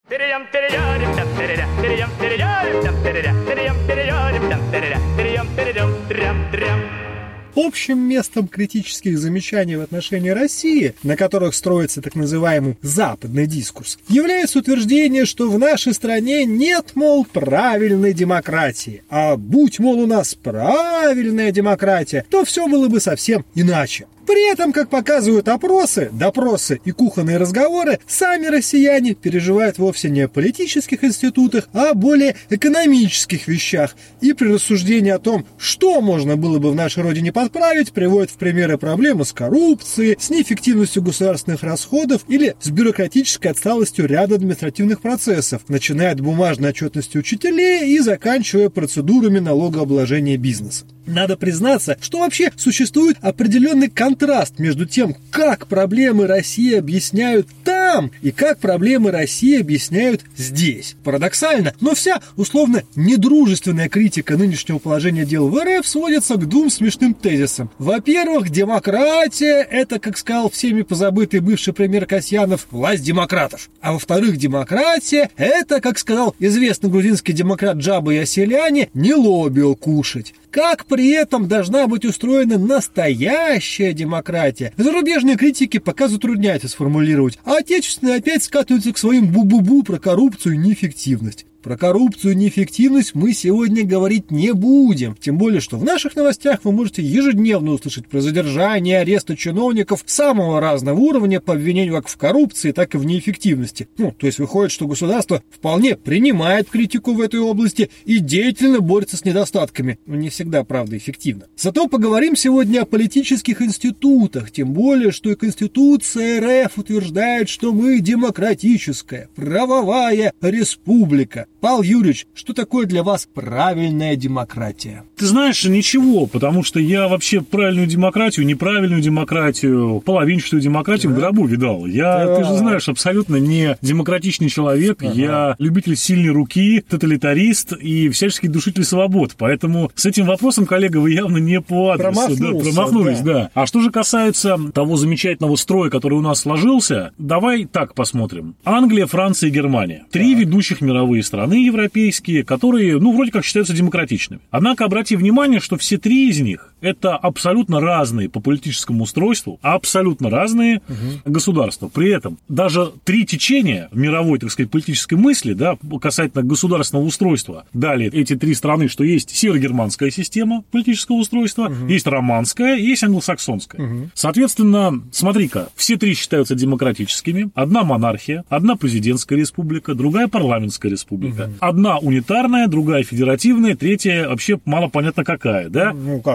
Общим местом критических замечаний в отношении России, на которых строится так называемый западный дискурс, является утверждение, что в нашей стране нет, мол, правильной демократии. А будь, мол, у нас правильная демократия, то все было бы совсем иначе. При этом, как показывают опросы, допросы и кухонные разговоры, сами россияне переживают вовсе не о политических институтах, а о более экономических вещах. И при рассуждении о том, что можно было бы в нашей родине подправить, приводят в примеры проблемы с коррупцией, с неэффективностью государственных расходов или с бюрократической отсталостью ряда административных процессов, начиная от бумажной отчетности учителей и заканчивая процедурами налогообложения бизнеса. Надо признаться, что вообще существует определенный контраст между тем, как проблемы России объясняют там и как проблемы России объясняют здесь. Парадоксально, но вся условно недружественная критика нынешнего положения дел в РФ сводится к двум смешным тезисам. Во-первых, демократия – это, как сказал всеми позабытый бывший премьер Касьянов, власть демократов. А во-вторых, демократия – это, как сказал известный грузинский демократ Джаба Яселяни, не лобио кушать. Как при этом должна быть устроена настоящая демократия? Зарубежные критики пока затрудняются сформулировать, а отечественные опять скатываются к своим бу-бу-бу про коррупцию и неэффективность. Про коррупцию и неэффективность мы сегодня говорить не будем. Тем более, что в наших новостях вы можете ежедневно услышать про задержание, аресты чиновников самого разного уровня по обвинению как в коррупции, так и в неэффективности. То есть выходит, что государство вполне принимает критику в этой области и деятельно борется с недостатками. Но не всегда, правда, эффективно. Зато поговорим сегодня о политических институтах. Тем более, что и Конституция РФ утверждает, что мы демократическая, правовая республика. Павел Юрьевич, что такое для вас правильная демократия? Ты знаешь, ничего, потому что я вообще правильную демократию, неправильную демократию, половинчатую демократию в гробу видал. Ты же знаешь, абсолютно не демократичный человек, я любитель сильной руки, тоталитарист и всяческий душитель свобод. Поэтому с этим вопросом, коллега, вы явно не по адресу. Промахнулись, да. А что же касается того замечательного строя, который у нас сложился, давай так посмотрим. Англия, Франция и Германия. Три ведущих мировые страны европейские, которые, вроде как считаются демократичными. Однако обрати внимание, что все три из них это абсолютно разные по политическому устройству, абсолютно разные государства. При этом даже три течения мировой, так сказать, политической мысли, да, касательно государственного устройства, дали эти три страны, что есть северогерманская система политического устройства, есть романская, есть англосаксонская. Соответственно, смотри-ка, все три считаются демократическими. Одна монархия, одна президентская республика, другая парламентская республика. Одна унитарная, другая федеративная, третья вообще мало понятно какая, да?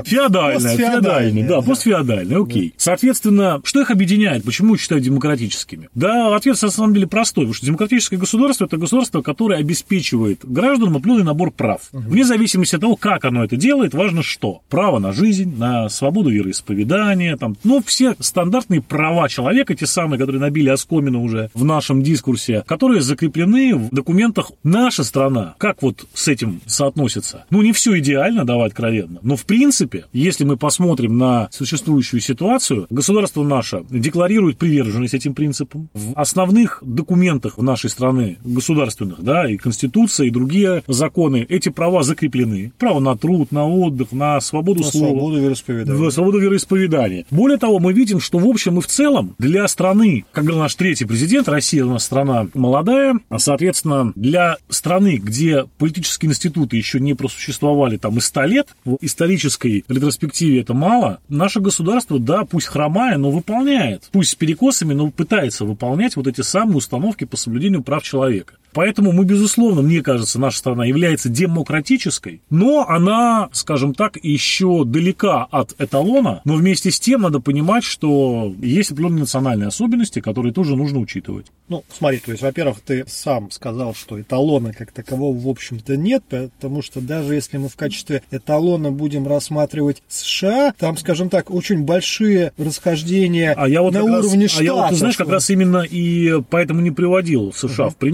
Феодальная, да, постфеодальная, окей. Соответственно, что их объединяет? Почему их считают демократическими? Да, ответ на самом деле простой, потому что демократическое государство – это государство, которое обеспечивает гражданам определенный набор прав. Вне зависимости от того, как оно это делает, важно что? Право на жизнь, на свободу вероисповедания, все стандартные права человека, те самые, которые набили оскомину уже в нашем дискурсе, которые закреплены в документах. Наша страна, как вот с этим соотносится? Не все идеально, давай откровенно, но в принципе, если мы посмотрим на существующую ситуацию, государство наше декларирует приверженность этим принципам. В основных документах нашей страны, государственных, да, и Конституция, и другие законы, эти права закреплены. Право на труд, на отдых, на свободу слова. Свободу вероисповедания. Более того, мы видим, что в общем и в целом для страны, как говорил наш третий президент, Россия у нас страна молодая, соответственно, для страны, где политические институты еще не просуществовали и 100 лет, в исторической ретроспективе это мало, наше государство, да, пусть хромая, но выполняет, пусть с перекосами, но пытается выполнять вот эти самые установки по соблюдению прав человека. Поэтому мы, безусловно, мне кажется, наша страна является демократической, но она, скажем так, еще далека от эталона, но вместе с тем надо понимать, что есть определенные национальные особенности, которые тоже нужно учитывать. Смотри, то есть, во-первых, ты сам сказал, что эталона как такового, в общем-то, нет, потому что даже если мы в качестве эталона будем рассматривать США, там, скажем так, очень большие расхождения на уровне штата. Ты знаешь, как раз именно и поэтому не приводил США в пример, потому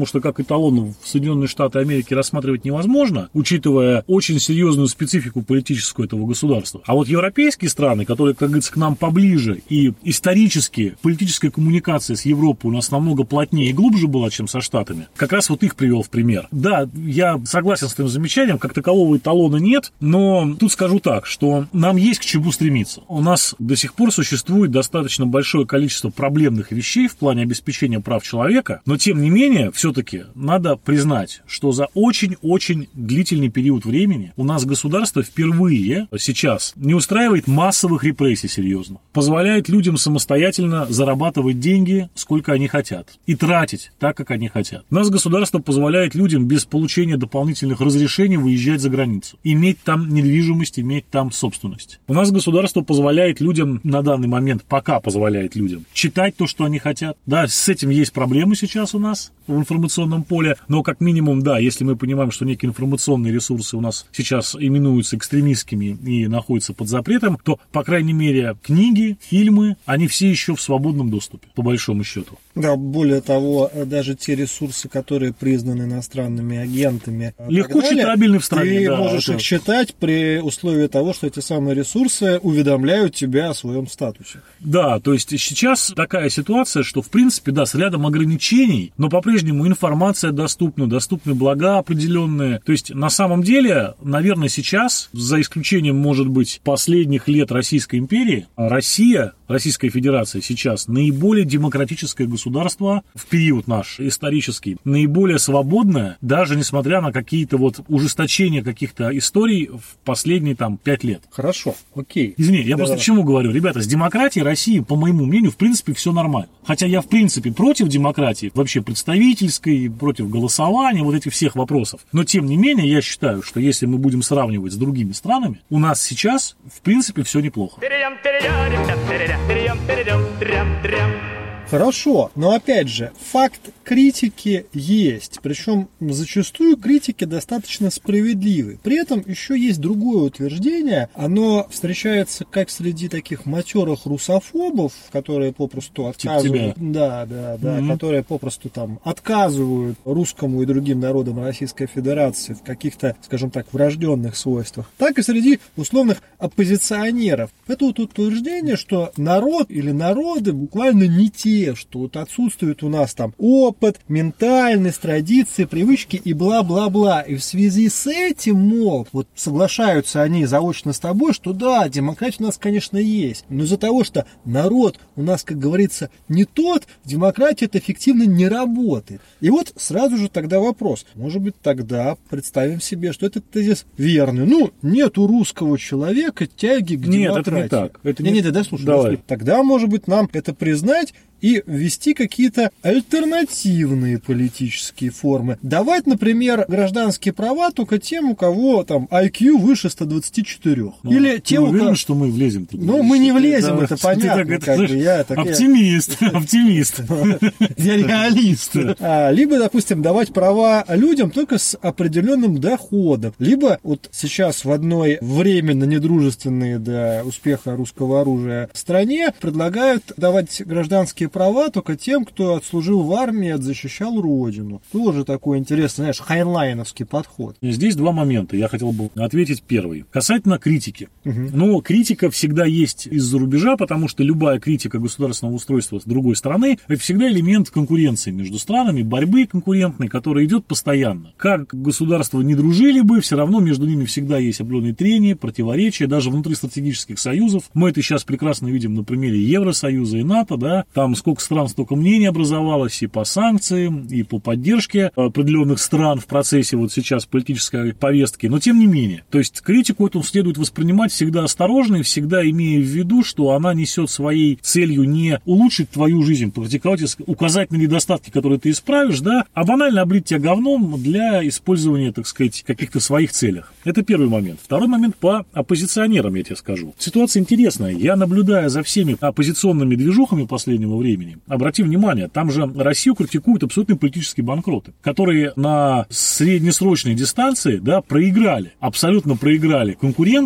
потому что как эталон в Соединенные Штаты Америки рассматривать невозможно, учитывая очень серьезную специфику политическую этого государства. А вот европейские страны, которые, как говорится, к нам поближе, и исторически политическая коммуникация с Европой у нас намного плотнее и глубже была, чем со Штатами, как раз вот их привел в пример. Да, я согласен с твоим замечанием, как такового эталона нет, но тут скажу так, что нам есть к чему стремиться. У нас до сих пор существует достаточно большое количество проблемных вещей в плане обеспечения прав человека, но тем не менее, все-таки надо признать, что за очень-очень длительный период времени у нас государство впервые сейчас не устраивает массовых репрессий серьезно, позволяет людям самостоятельно зарабатывать деньги, сколько они хотят, и тратить так, как они хотят. У нас государство позволяет людям без получения дополнительных разрешений выезжать за границу, иметь там недвижимость, иметь там собственность. У нас государство позволяет людям, на данный момент пока позволяет людям, читать то, что они хотят. Да, с этим есть проблемы сейчас у нас в информационном поле, но как минимум, да, если мы понимаем, что некие информационные ресурсы у нас сейчас именуются экстремистскими и находятся под запретом, то, по крайней мере, книги, фильмы, они все еще в свободном доступе, по большому счету. Да, более того, даже те ресурсы, которые признаны иностранными агентами, легко читабельны в стране. Ты можешь их читать при условии того, что эти самые ресурсы уведомляют тебя о своем статусе. Да, то есть сейчас такая ситуация, что в принципе, да, с рядом ограничений, но по-прежнему информация доступна, доступны блага определенные. То есть на самом деле, наверное, сейчас, за исключением, может быть, последних лет Российской империи, Российская Федерация сейчас наиболее демократическое государство в период наш исторический, наиболее свободное, даже несмотря на какие-то вот ужесточения каких-то историй в последние там 5 лет. Хорошо, окей. Извини, я просто к чему говорю? Ребята, с демократией России, по моему мнению, в принципе, все нормально. Хотя я, в принципе, против демократии, вообще представительской, против голосования, вот этих всех вопросов. Но, тем не менее, я считаю, что если мы будем сравнивать с другими странами, у нас сейчас, в принципе, все неплохо. Хорошо, но опять же, факт критики есть, причем зачастую критики достаточно справедливы. При этом еще есть другое утверждение, оно встречается как среди таких матерых русофобов, которые попросту отказывают, которые попросту там отказывают русскому и другим народам Российской Федерации в каких-то, скажем так, врожденных свойствах, так и среди условных оппозиционеров. Это вот утверждение, что народ или народы буквально не те, что вот отсутствует у нас там опыт, ментальность, традиции, привычки и бла-бла-бла. И в связи с этим, мол, вот соглашаются они заочно с тобой, что да, демократия у нас, конечно, есть, но из-за того, что народ у нас, как говорится, не тот, демократия это эффективно не работает. И вот сразу же тогда вопрос. Может быть, тогда представим себе, что этот тезис верный. Ну, нет у русского человека тяги к демократии. Нет, это не так. Нет, слушай. Тогда, может быть, нам это признать и ввести какие-то альтернативные политические формы. Давать, например, гражданские права только тем, у кого там IQ выше 124. Или те, у кого... что мы влезем туда? Ну, мы не влезем, это понятно. Оптимист. Я реалист. Либо, допустим, давать права людям только с определенным доходом. Либо вот сейчас в одной временно недружественной до успеха русского оружия стране предлагают давать гражданские права только тем, кто отслужил в армии, защищал родину. Тоже такой интересный, знаешь, хайнлайновский подход. Здесь два момента. Я хотел бы ответить первый. Касательно критики. Ну, критика всегда есть из-за рубежа, потому что любая критика государственного устройства с другой стороны, это всегда элемент конкуренции между странами, борьбы конкурентной, которая идет постоянно. Как государства не дружили бы, все равно между ними всегда есть определенные трения, противоречия, даже внутри стратегических союзов. Мы это сейчас прекрасно видим на примере Евросоюза и НАТО, да, там сколько стран, столько мнений образовалось и по санкциям, и по поддержке определенных стран в процессе вот сейчас политической повестки, но тем не менее. То есть критику эту следует воспринимать всегда осторожно и всегда имея в виду, что она несет своей целью не улучшить твою жизнь, практиковать, указать на недостатки, которые ты исправишь, да, а банально облить тебя говном для использования, так сказать, каких-то своих целях. Это первый момент. Второй момент по оппозиционерам, я тебе скажу. Ситуация интересная. Я наблюдаю за всеми оппозиционными движухами последнего времени. Обрати внимание, там же Россию критикуют абсолютно политические банкроты, которые на среднесрочной дистанции, да, абсолютно проиграли конкуренцию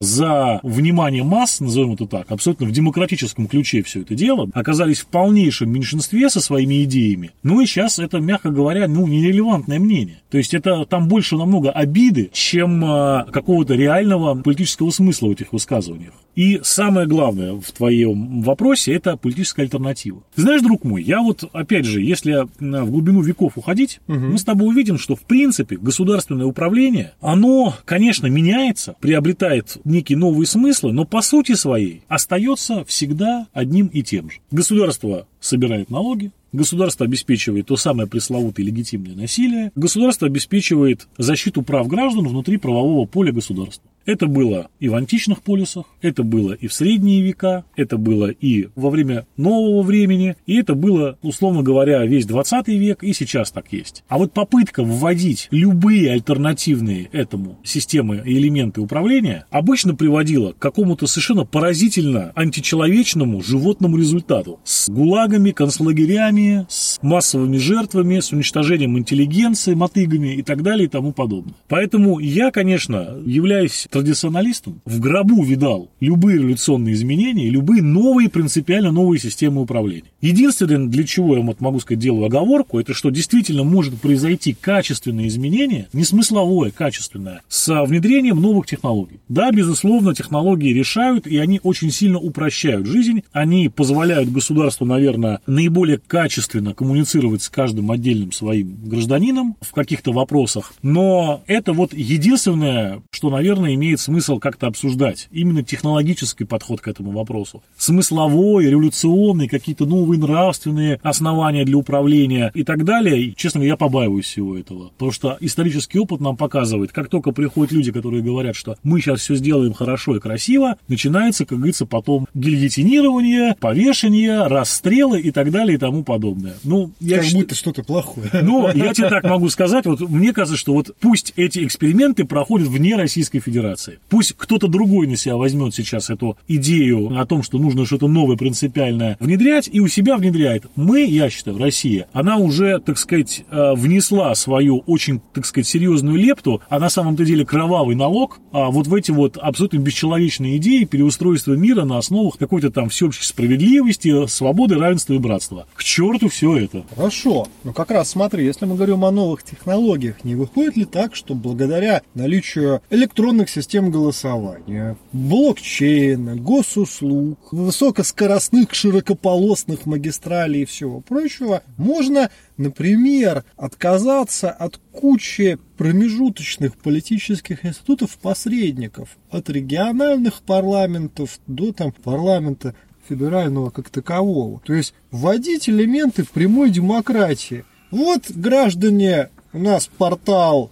за внимание масс, назовем это так, абсолютно в демократическом ключе все это дело, оказались в полнейшем меньшинстве со своими идеями. Ну и сейчас это, мягко говоря, нерелевантное мнение. То есть это там больше намного обиды, чем какого-то реального политического смысла в этих высказываниях. И самое главное в твоем вопросе – это политическая альтернатива. Ты знаешь, друг мой, я вот, опять же, если в глубину веков уходить, мы с тобой увидим, что, в принципе, государственное управление, оно, конечно, меняется, приобретает некие новые смыслы, но по сути своей остается всегда одним и тем же. Государство собирает налоги, государство обеспечивает то самое пресловутое легитимное насилие, государство обеспечивает защиту прав граждан внутри правового поля государства. Это было и в античных полисах, это было и в средние века, это было и во время нового времени, и это было, условно говоря, весь 20 век, и сейчас так есть. А вот попытка вводить любые альтернативные этому системы и элементы управления обычно приводила к какому-то совершенно поразительно античеловечному животному результату. С гулагами, концлагерями, с массовыми жертвами, с уничтожением интеллигенции, мотыгами и так далее и тому подобное. Поэтому я, конечно, являюсь традиционалистом, в гробу видал любые революционные изменения, любые новые, принципиально новые системы управления. Единственное, для чего я могу сказать, делаю оговорку, это что действительно может произойти качественное изменение, не смысловое, качественное, с внедрением новых технологий. Да, безусловно, технологии решают, и они очень сильно упрощают жизнь, они позволяют государству, наверное, наиболее качественно коммуницировать с каждым отдельным своим гражданином в каких-то вопросах, но это вот единственное, что, наверное, имеет смысл как-то обсуждать. Именно технологический подход к этому вопросу. Смысловой, революционный, какие-то новые нравственные основания для управления и так далее. И, честно говоря, я побаиваюсь всего этого. Потому что исторический опыт нам показывает, как только приходят люди, которые говорят, что мы сейчас все сделаем хорошо и красиво, начинается, как говорится, потом гильотинирование, повешение, расстрелы и так далее и тому подобное. Ну, как будто что-то плохое. Ну, я тебе так могу сказать, вот мне кажется, что вот пусть эти эксперименты проходят вне Российской Федерации. Пусть кто-то другой на себя возьмет сейчас эту идею о том, что нужно что-то новое, принципиальное внедрять, и у себя внедряет. Мы, я считаю, Россия, она уже, так сказать, внесла свою очень, так сказать, серьезную лепту, а на самом-то деле кровавый налог, вот в эти вот абсолютно бесчеловечные идеи переустройства мира на основах какой-то там всеобщей справедливости, свободы, равенства и братства. К черту все это. Хорошо. Но как раз смотри, если мы говорим о новых технологиях, не выходит ли так, что благодаря наличию электронных систем голосования, блокчейна, госуслуг, высокоскоростных широкополосных магистралей и всего прочего, можно, например, отказаться от кучи промежуточных политических институтов-посредников, от региональных парламентов до парламента федерального как такового. То есть вводить элементы прямой демократии. Вот, граждане, у нас портал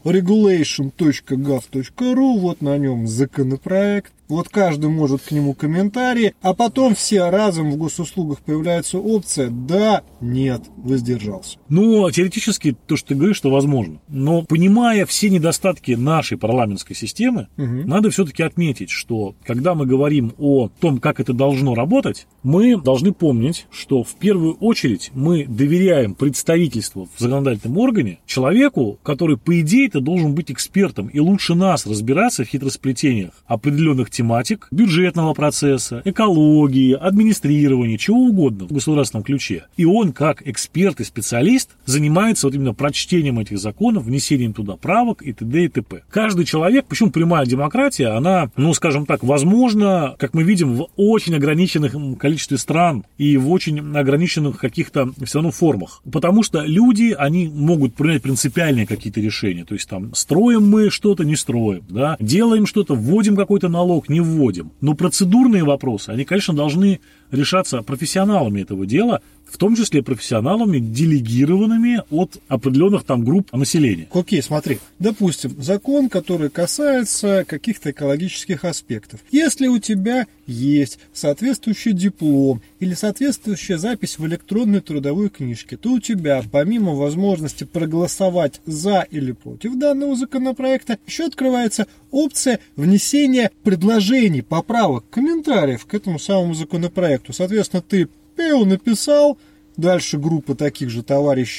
regulation.gov.ru, вот на нем законопроект, вот каждый может к нему комментарии, а потом все разом в госуслугах появляется опция «да», «нет», воздержался. Ну, теоретически то, что ты говоришь, что возможно. Но понимая все недостатки нашей парламентской системы, надо все-таки отметить, что когда мы говорим о том, как это должно работать, мы должны помнить, что в первую очередь мы доверяем представительству в законодательном органе человеку, который, по идее-то, должен быть экспертом и лучше нас разбираться в хитросплетениях определенных тематик, бюджетного процесса, экологии, администрирования, чего угодно в государственном ключе. И он, как эксперт и специалист, занимается вот именно прочтением этих законов, внесением туда правок и т.д. и т.п. Каждый человек, почему прямая демократия, она, ну, скажем так, возможно, как мы видим, в очень ограниченных количестве стран и в очень ограниченных каких-то все равно формах. Потому что люди, они могут принять принципиальные какие-то решения. То есть там строим мы что-то, не строим, да, делаем что-то, вводим какой-то налог, не вводим. Но процедурные вопросы, они, конечно, должны решаться профессионалами этого дела, в том числе профессионалами, делегированными от определенных там групп населения. Окей, смотри. Допустим, закон, который касается каких-то экологических аспектов. Если у тебя есть соответствующий диплом или соответствующая запись в электронной трудовой книжке, то у тебя, помимо возможности проголосовать за или против данного законопроекта, еще открывается опция внесения предложений, поправок, комментариев к этому самому законопроекту. Соответственно, ты написал, дальше группа таких же товарищей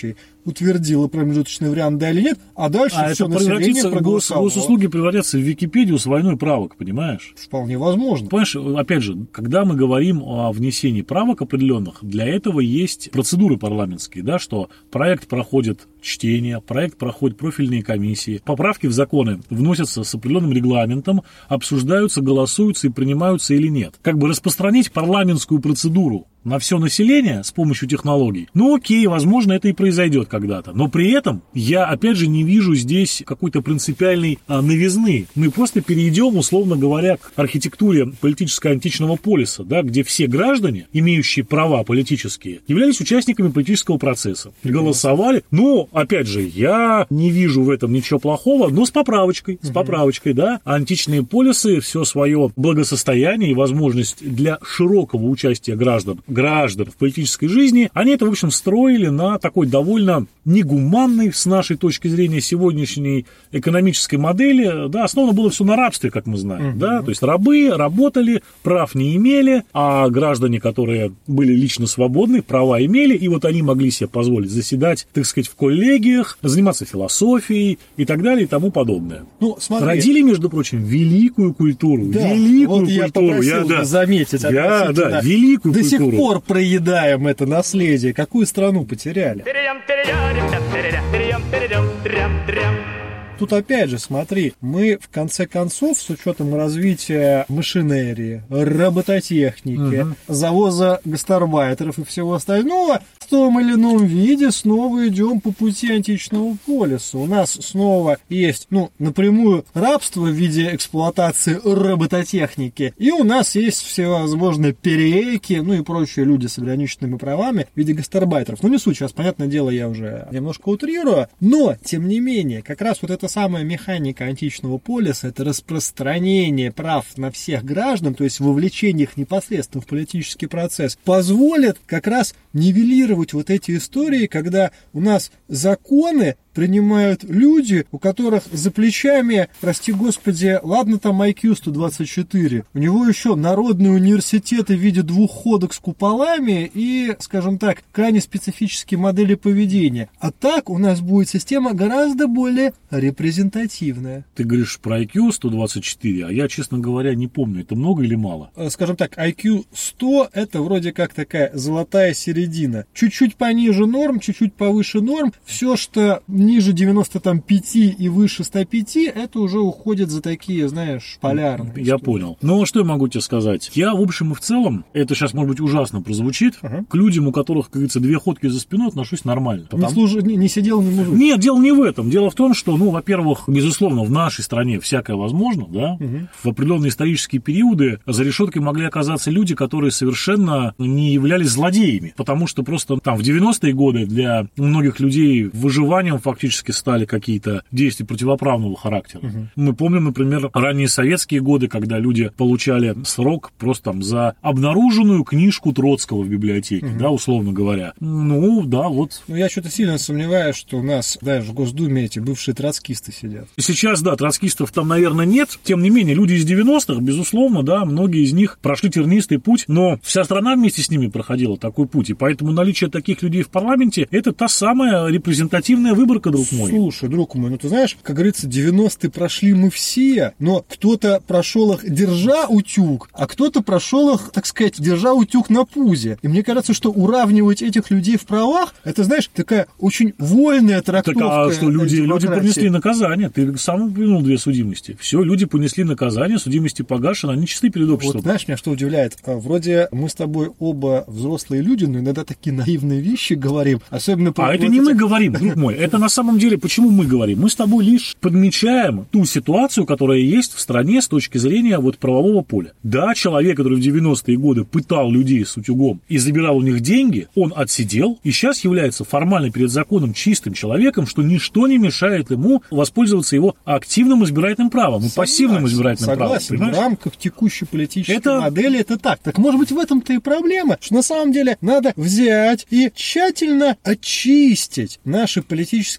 утвердила промежуточный вариант, да или нет, а дальше все население проголосовало. Госуслуги превратятся в Википедию с войной правок, понимаешь? Вполне возможно. Понимаешь, опять же, когда мы говорим о внесении правок определенных, для этого есть процедуры парламентские, да, что проект проходит чтение, проект проходит профильные комиссии, поправки в законы вносятся с определенным регламентом, обсуждаются, голосуются и принимаются или нет. Как бы распространить парламентскую процедуру на все население с помощью технологий, ну окей, возможно, это и произойдет когда-то. Но при этом я, опять же, не вижу здесь какой-то принципиальной новизны. Мы просто перейдем, условно говоря, к архитектуре политического античного полиса, да, где все граждане, имеющие права политические, являлись участниками политического процесса. Голосовали. Но, опять же, я не вижу в этом ничего плохого, но с поправочкой, да. Античные полисы все свое благосостояние и возможность для широкого участия граждан в политической жизни, они это, в общем, строили на такой довольно негуманной, с нашей точки зрения, сегодняшней экономической модели. Да, основано было все на рабстве, как мы знаем. Да? То есть рабы работали, прав не имели, а граждане, которые были лично свободны, права имели, и вот они могли себе позволить заседать, так сказать, в коллегиях, заниматься философией и так далее и тому подобное. Ну, смотри. Родили, между прочим, великую культуру. Да, великую вот я культуру. попросил заметить. Великую До культуру. сих пор проедаем это наследие. Какую страну потеряли? Тут опять же, смотри, мы в конце концов, с учетом развития машинерии, робототехники, завоза гастарбайтеров и всего остального, в том или ином виде снова идем по пути античного полиса. У нас снова есть, напрямую рабство в виде эксплуатации робототехники, и у нас есть всевозможные перейки, и прочие люди с ограниченными правами в виде гастарбайтеров. Не суть, сейчас, понятное дело, я уже немножко утрирую, но, тем не менее, как раз вот эта самая механика античного полиса, это распространение прав на всех граждан, то есть вовлечение их непосредственно в политический процесс, позволит как раз нивелировать вот эти истории, когда у нас законы принимают люди, у которых за плечами, прости господи, ладно там IQ 124, у него еще народные университеты в виде 2 ходок с куполами и, скажем так, крайне специфические модели поведения. А так у нас будет система гораздо более репрезентативная. Ты говоришь про IQ 124, а я, честно говоря, не помню, это много или мало? Скажем так, IQ 100 это вроде как такая золотая середина. Чуть-чуть пониже норм, чуть-чуть повыше норм. Все, что ниже 95 и выше 105, это уже уходит за такие, знаешь, полярные. Я понял. Но что я могу тебе сказать? Я, в общем и в целом, это сейчас, может быть, ужасно прозвучит, к людям, у которых, как говорится, 2 ходки за спиной, отношусь нормально. Не сидел, не мужик. Нет, дело не в этом. Дело в том, что, во-первых, безусловно, в нашей стране всякое возможно, да. В определенные исторические периоды за решеткой могли оказаться люди, которые совершенно не являлись злодеями, потому что просто там в 90-е годы для многих людей выживанием фактически стали какие-то действия противоправного характера. Мы помним, например, ранние советские годы, когда люди получали срок просто там за обнаруженную книжку Троцкого в библиотеке, да, условно говоря. Я что-то сильно сомневаюсь, что у нас даже в Госдуме эти бывшие троцкисты сидят. Сейчас, да, троцкистов там, наверное, нет. Тем не менее, люди из 90-х, безусловно, да, многие из них прошли тернистый путь, но вся страна вместе с ними проходила такой путь, и поэтому наличие таких людей в парламенте – это та самая репрезентативная выборка, друг мой. Слушай, друг мой, ты знаешь, как говорится, 90-е прошли мы все, но кто-то прошел их, держа утюг, а кто-то прошел их, так сказать, держа утюг на пузе. И мне кажется, что уравнивать этих людей в правах, это, знаешь, такая очень вольная трактовка. Так, а что люди понесли наказание? Ты сам упомянул 2 судимости. Все, люди понесли наказание, судимости погашены, они чисты перед обществом. Вот знаешь, меня что удивляет? Вроде мы с тобой оба взрослые люди, но иногда такие наивные вещи говорим, особенно про... это не мы говорим, друг мой, это на самом деле, почему мы говорим? Мы с тобой лишь подмечаем ту ситуацию, которая есть в стране с точки зрения правового поля. Да, человек, который в 90-е годы пытал людей с утюгом и забирал у них деньги, он отсидел и сейчас является формально перед законом чистым человеком, что ничто не мешает ему воспользоваться его активным избирательным правом и пассивным избирательным правом. Согласен, в рамках текущей политической модели это так. Так может быть в этом-то и проблема, что на самом деле надо взять и тщательно очистить наши политические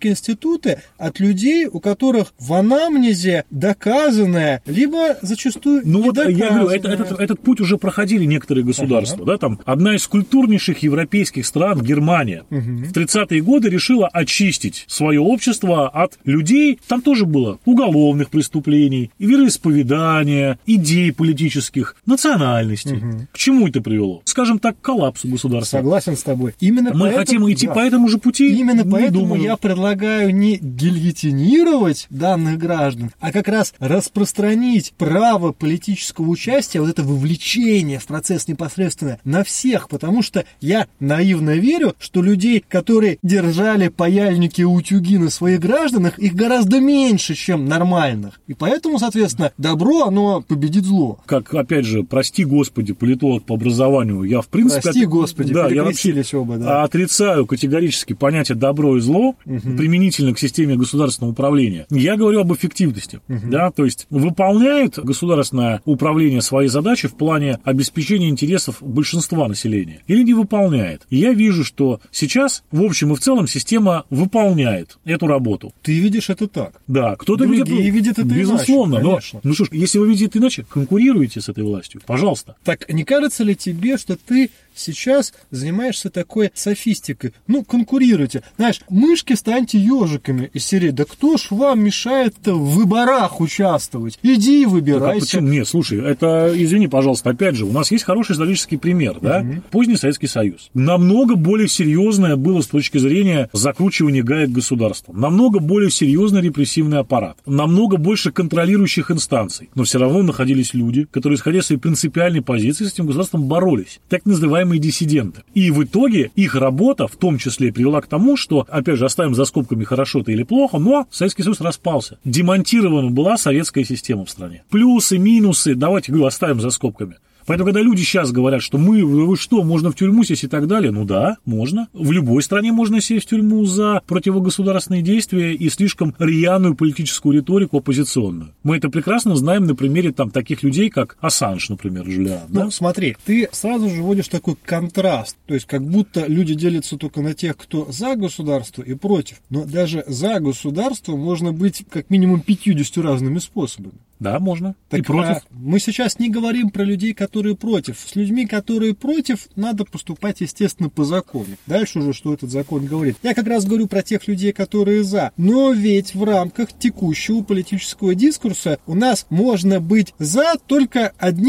политические институты от людей, у которых в анамнезе доказанное, либо зачастую недоказанное. Я говорю, этот путь уже проходили некоторые государства. Да, там одна из культурнейших европейских стран, Германия, в 30-е годы решила очистить свое общество от людей. Там тоже было уголовных преступлений, вероисповедания, идей политических, национальностей. К чему это привело? Скажем так, к коллапсу государства. Согласен с тобой. Именно мы хотим идти по этому же пути. Именно поэтому я предлагаю не гильотинировать данных граждан, а как раз распространить право политического участия, вот это вовлечение в процесс непосредственно на всех, потому что я наивно верю, что людей, которые держали паяльники и утюги на своих гражданах, их гораздо меньше, чем нормальных. И поэтому, соответственно, добро, оно победит зло. Как, опять же, прости господи, политолог по образованию, я в принципе... Прости господи, да, я вообще оба, да. Отрицаю категорически понятие добро и зло применительно к системе государственного управления. Я говорю об эффективности. Да, то есть выполняет государственное управление свои задачи в плане обеспечения интересов большинства населения или не выполняет. И я вижу, что сейчас в общем и в целом система выполняет эту работу. Ты видишь это так? Да, кто-то видит это безусловно, иначе, конечно. Ну что ж, если вы видите иначе, конкурируйте с этой властью, пожалуйста. Так не кажется ли тебе, что ты сейчас занимаешься такой софистикой? Ну, конкурируйте. Знаешь, мышки станьте ежиками из серии. Да кто ж вам мешает-то в выборах участвовать? Иди и выбирайся. Так, почему? Нет, слушай, это, извини, пожалуйста, опять же, у нас есть хороший исторический пример, да? Поздний Советский Союз. Намного более серьезное было с точки зрения закручивания гаек государства. Намного более серьезный репрессивный аппарат. Намного больше контролирующих инстанций. Но все равно находились люди, которые, исходя из своей принципиальной позиции, с этим государством боролись. Так называемые диссиденты. И в итоге их работа, в том числе, привела к тому, что, опять же, оставим за скобками, хорошо это или плохо, но Советский Союз распался. Демонтирована была советская система в стране. Плюсы, минусы, давайте, говорю, оставим за скобками. Поэтому, когда люди сейчас говорят, что вы что, можно в тюрьму сесть и так далее, ну да, можно. В любой стране можно сесть в тюрьму за противогосударственные действия и слишком рьяную политическую риторику оппозиционную. Мы это прекрасно знаем на примере там таких людей, как Ассанж, например, Джулиан. Ну, да? Смотри, ты сразу же вводишь такой контраст, то есть как будто люди делятся только на тех, кто за государство и против. Но даже за государство можно быть как минимум 50 разными способами. Да, можно. Так, и против. Мы сейчас не говорим про людей, которые против. С людьми, которые против, надо поступать, естественно, по закону. Дальше уже, что этот закон говорит. Я как раз говорю про тех людей, которые за. Но ведь в рамках текущего политического дискурса у нас можно быть за только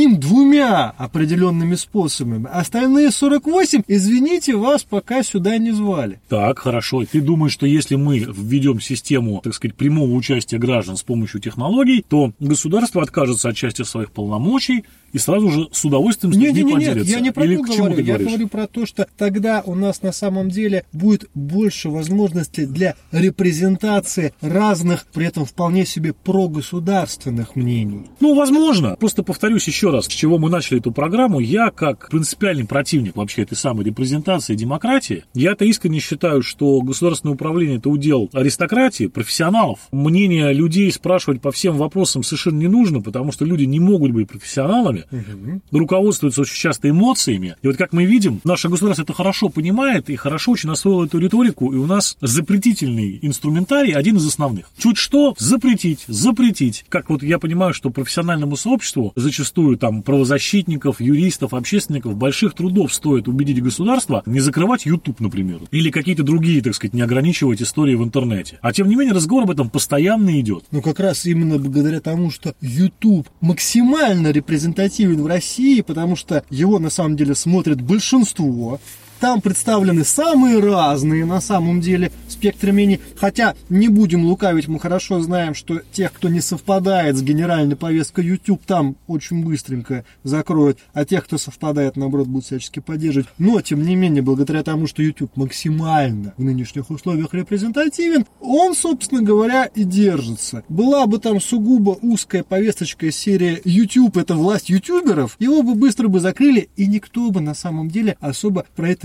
1-2 определенными способами. Остальные 48, извините, вас пока сюда не звали. Так, хорошо. Ты думаешь, что если мы введем систему, так сказать, прямого участия граждан с помощью технологий, то государство откажется от части своих полномочий и сразу же с удовольствием с людьми поделится? Нет, я не про то говорю. Я говорю про то, что тогда у нас на самом деле будет больше возможностей для репрезентации разных, при этом вполне себе прогосударственных мнений. Ну, возможно. Просто повторюсь еще раз, с чего мы начали эту программу. Я, как принципиальный противник вообще этой самой репрезентации демократии, я-то искренне считаю, что государственное управление – это удел аристократии, профессионалов. Мнение людей спрашивать по всем вопросам совершенно не нужно, потому что люди не могут быть профессионалами, руководствуются очень часто эмоциями. И вот как мы видим, наше государство это хорошо понимает и хорошо очень освоило эту риторику, и у нас запретительный инструментарий один из основных. Чуть что запретить. Как вот я понимаю, что профессиональному сообществу, зачастую там правозащитников, юристов, общественников, больших трудов стоит убедить государство не закрывать YouTube, например, или какие-то другие, так сказать, не ограничивать истории в интернете. А тем не менее разговор об этом постоянно идет. Ну как раз именно благодаря тому, что YouTube максимально репрезентативен в России, потому что его на самом деле смотрит большинство. Там представлены самые разные, на самом деле, спектры мнений. Хотя, не будем лукавить, мы хорошо знаем, что тех, кто не совпадает с генеральной повесткой YouTube, там очень быстренько закроют, а тех, кто совпадает, наоборот, будут всячески поддерживать. Но, тем не менее, благодаря тому, что YouTube максимально в нынешних условиях репрезентативен, он, собственно говоря, и держится. Была бы там сугубо узкая повесточка из серии YouTube — это власть ютуберов, его бы быстро бы закрыли, и никто бы на самом деле особо про это не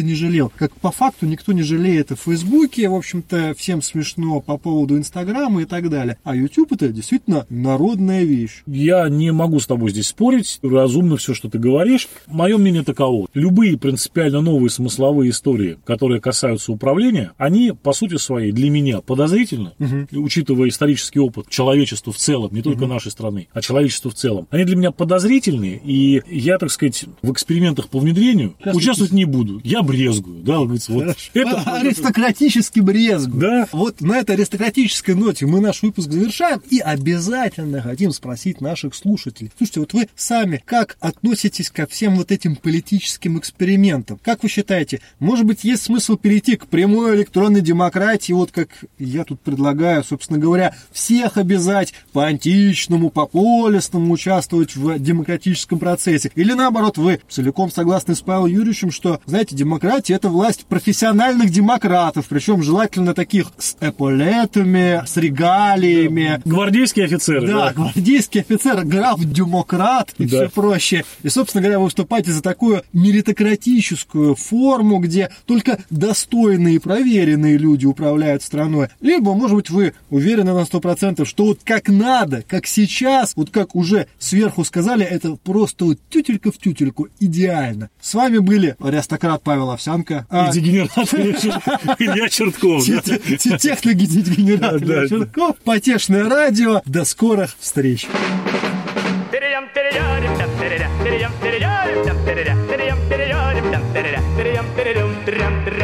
не жалел. Как по факту никто не жалеет в Фейсбуке, в общем-то, всем смешно по поводу Инстаграма и так далее. А YouTube это действительно народная вещь. Я не могу с тобой здесь спорить, разумно все, что ты говоришь. Мое мнение таково. Любые принципиально новые смысловые истории, которые касаются управления, они, по сути своей, для меня подозрительны, учитывая исторический опыт человечества в целом, не только нашей страны, а человечества в целом. Они для меня подозрительны, и я, так сказать, в экспериментах по внедрению участвовать не буду. Я брезгую. Да, вот это аристократически брезгую. Да. Вот на этой аристократической ноте мы наш выпуск завершаем и обязательно хотим спросить наших слушателей. Слушайте, вот вы сами как относитесь ко всем вот этим политическим экспериментам? Как вы считаете, может быть, есть смысл перейти к прямой электронной демократии, вот как я тут предлагаю, собственно говоря, всех обязать по античному, по полисному участвовать в демократическом процессе? Или наоборот, вы целиком согласны с Павлом Юрьевичем, что, знаете, демократия – это власть профессиональных демократов, причем желательно таких с эполетами, с регалиями. Гвардейские офицеры. Да, гвардейский офицер, граф-демократ и все прочее. И, собственно говоря, вы выступаете за такую меритократическую форму, где только достойные и проверенные люди управляют страной. Либо, может быть, вы уверены на 100%, что вот как надо, как сейчас, вот как уже сверху сказали, это просто вот тютелька в тютельку, идеально. С вами были аристократ Павел Овсянко. И дегенерат Илья Чертков. Техногенерат Илья Чертков. Потешное радио. До скорых встреч. Перейдем,